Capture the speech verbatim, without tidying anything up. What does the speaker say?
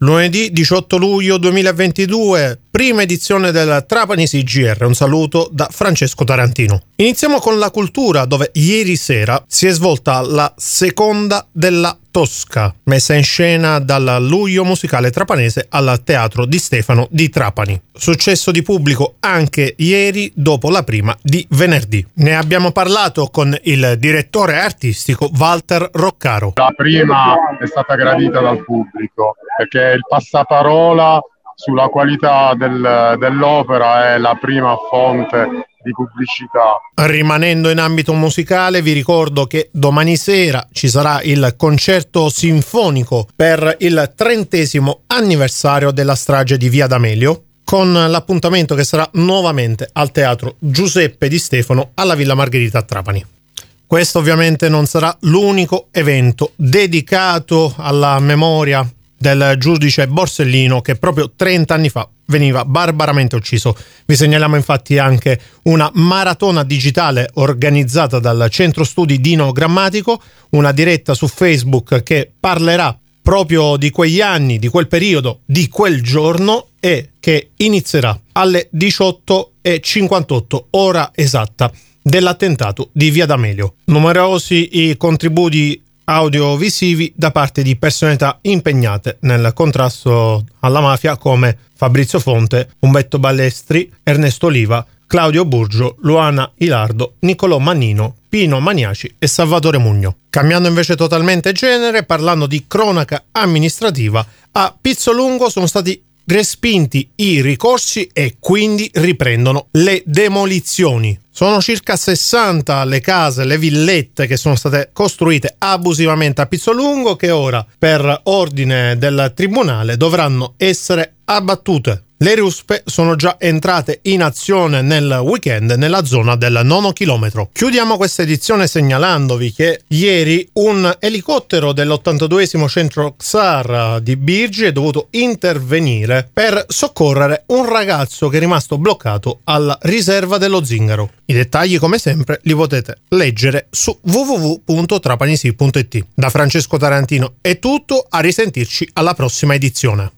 Lunedì diciotto luglio duemilaventidue, prima edizione del Trapani C G R. Un saluto da Francesco Tarantino. Iniziamo con la cultura, dove ieri sera si è svolta la seconda della Tosca, messa in scena dal Luglio Musicale Trapanese al Teatro Di Stefano di Trapani. Successo di pubblico anche ieri dopo la prima di venerdì. Ne abbiamo parlato con il direttore artistico Walter Roccaro. La prima è stata gradita dal pubblico perché il passaparola sulla qualità del, dell'opera è la prima fonte di pubblicità. Rimanendo in ambito musicale, vi ricordo che domani sera ci sarà il concerto sinfonico per il trentesimo anniversario della strage di Via D'Amelio, con l'appuntamento che sarà nuovamente al Teatro Giuseppe Di Stefano alla Villa Margherita a Trapani. Questo ovviamente non sarà l'unico evento dedicato alla memoria del giudice Borsellino, che proprio trenta anni fa veniva barbaramente ucciso. Vi segnaliamo infatti anche una maratona digitale organizzata dal Centro Studi Dino Grammatico, una diretta su Facebook che parlerà proprio di quegli anni, di quel periodo, di quel giorno, e che inizierà alle diciotto e cinquantotto, ora esatta dell'attentato di Via D'Amelio. Numerosi i contributi audiovisivi da parte di personalità impegnate nel contrasto alla mafia come Fabrizio Fonte, Umberto Ballestri, Ernesto Oliva, Claudio Burgio, Luana Ilardo, Niccolò Mannino, Pino Maniaci e Salvatore Mugno. Cambiando invece totalmente genere, parlando di cronaca amministrativa, a Pizzolungo sono stati respinti i ricorsi e quindi riprendono le demolizioni. Sono circa sessanta le case, le villette che sono state costruite abusivamente a Pizzolungo, che ora, per ordine del tribunale, dovranno essere abbattute. Le ruspe sono già entrate in azione nel weekend nella zona del nono chilometro. Chiudiamo questa edizione segnalandovi che ieri un elicottero dell'ottantaduesimo centro X A R di Birgi è dovuto intervenire per soccorrere un ragazzo che è rimasto bloccato alla riserva dello Zingaro. I dettagli, come sempre, li potete leggere su w w w punto trapanisi punto it. Da Francesco Tarantino è tutto, a risentirci alla prossima edizione.